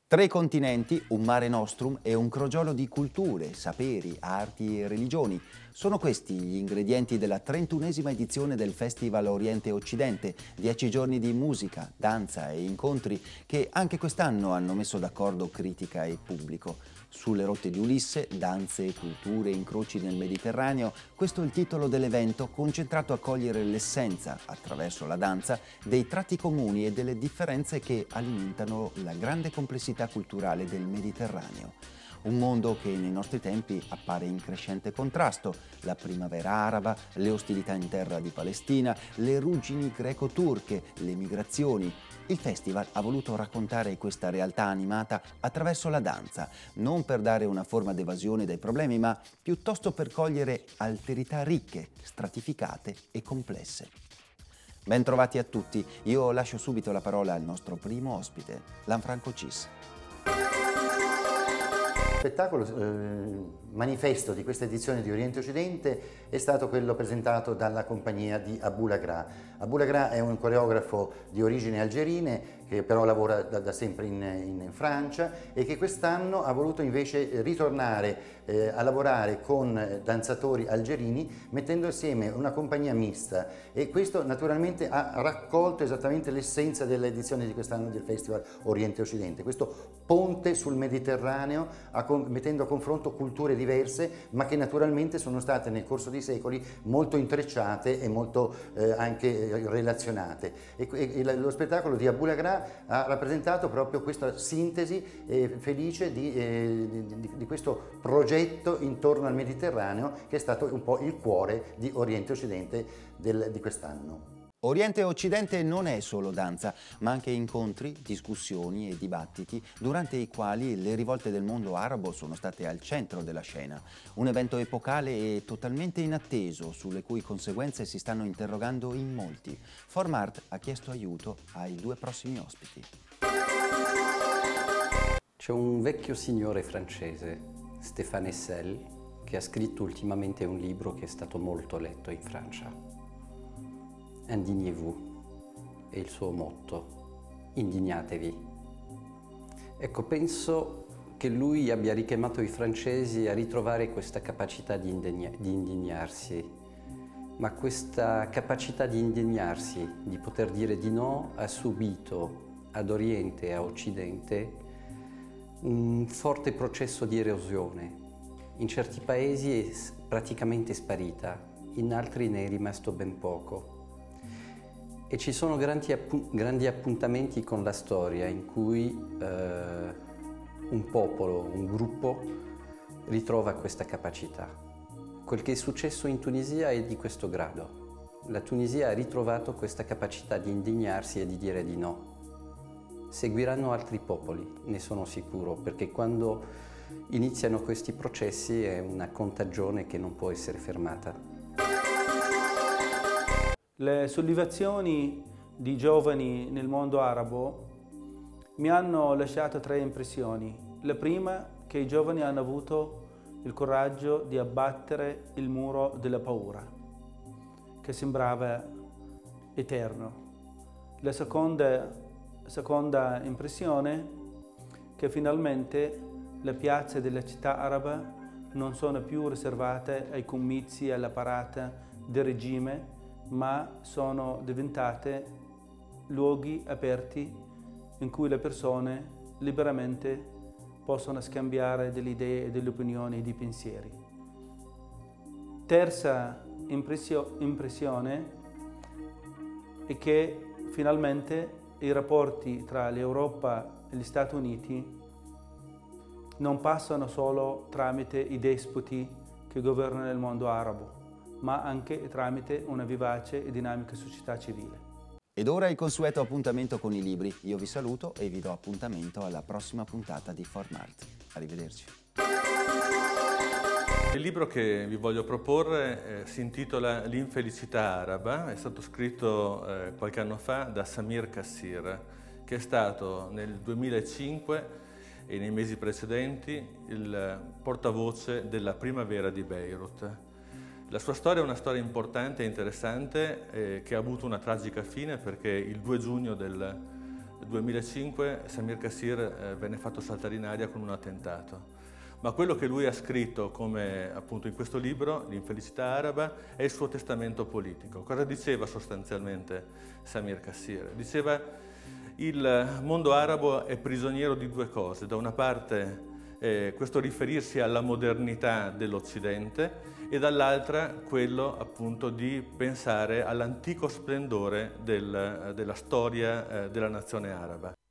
Tre continenti, un mare nostrum e un crogiolo di culture, saperi, arti e religioni. Sono questi gli ingredienti della 31esima edizione del Festival Oriente Occidente, 10 giorni di musica, danza e incontri che anche quest'anno hanno messo d'accordo critica e pubblico. Sulle rotte di Ulisse, danze, culture, incroci nel Mediterraneo, questo è il titolo dell'evento concentrato a cogliere l'essenza, attraverso la danza, dei tratti comuni e delle differenze che alimentano la grande complessità culturale del Mediterraneo. Un mondo che nei nostri tempi appare in crescente contrasto, la primavera araba, le ostilità in terra di Palestina, le ruggini greco-turche, le migrazioni. Il festival ha voluto raccontare questa realtà animata attraverso la danza, non per dare una forma d'evasione dai problemi, ma piuttosto per cogliere alterità ricche, stratificate e complesse. Bentrovati a tutti, io lascio subito la parola al nostro primo ospite, Lanfranco Cis. Il spettacolo manifesto di questa edizione di Oriente Occidente è stato quello presentato dalla compagnia di Aboulagra. Aboulagra è un coreografo di origini algerine che però lavora da sempre in Francia e che quest'anno ha voluto invece ritornare a lavorare con danzatori algerini mettendo insieme una compagnia mista, e questo naturalmente ha raccolto esattamente l'essenza dell'edizione di quest'anno del Festival Oriente Occidente, questo ponte sul Mediterraneo mettendo a confronto culture diverse ma che naturalmente sono state nel corso dei secoli molto intrecciate e molto anche relazionate, e lo spettacolo di Aboulagra ha rappresentato proprio questa sintesi felice di questo progetto intorno al Mediterraneo che è stato un po' il cuore di Oriente Occidente di quest'anno. Oriente e Occidente non è solo danza, ma anche incontri, discussioni e dibattiti, durante i quali le rivolte del mondo arabo sono state al centro della scena. Un evento epocale e totalmente inatteso, sulle cui conseguenze si stanno interrogando in molti. Formart ha chiesto aiuto ai due prossimi ospiti. C'è un vecchio signore francese, Stéphane Hessel, che ha scritto ultimamente un libro che è stato molto letto in Francia. Indignez-vous è il suo motto, indignatevi. Ecco, penso che lui abbia richiamato i francesi a ritrovare questa capacità di indignarsi, ma questa capacità di indignarsi, di poter dire di no, ha subito ad Oriente e a Occidente un forte processo di erosione. In certi paesi è praticamente sparita, in altri ne è rimasto ben poco. E ci sono grandi appuntamenti con la storia in cui un popolo, un gruppo ritrova questa capacità. Quel che è successo in Tunisia è di questo grado. La Tunisia ha ritrovato questa capacità di indignarsi e di dire di no. Seguiranno altri popoli, ne sono sicuro, perché quando iniziano questi processi è una contagione che non può essere fermata. Le sollevazioni di giovani nel mondo arabo mi hanno lasciato tre impressioni. La prima, che i giovani hanno avuto il coraggio di abbattere il muro della paura, che sembrava eterno. La seconda impressione, che finalmente le piazze della città araba non sono più riservate ai comizi e alla parata del regime, ma sono diventate luoghi aperti in cui le persone liberamente possono scambiare delle idee, delle opinioni e dei pensieri. Terza impressione è che finalmente i rapporti tra l'Europa e gli Stati Uniti non passano solo tramite i despoti che governano il mondo arabo, ma anche tramite una vivace e dinamica società civile. Ed ora il consueto appuntamento con i libri. Io vi saluto e vi do appuntamento alla prossima puntata di Formart. Arrivederci. Il libro che vi voglio proporre si intitola L'infelicità araba, è stato scritto qualche anno fa da Samir Kassir, che è stato nel 2005 e nei mesi precedenti il portavoce della primavera di Beirut. La sua storia è una storia importante e interessante che ha avuto una tragica fine, perché il 2 giugno del 2005 Samir Kassir venne fatto saltare in aria con un attentato. Ma quello che lui ha scritto, come appunto in questo libro, L'infelicità araba, è il suo testamento politico. Cosa diceva sostanzialmente Samir Kassir? Diceva: il mondo arabo è prigioniero di due cose. Da una parte questo riferirsi alla modernità dell'Occidente e dall'altra quello appunto di pensare all'antico splendore della storia della nazione araba.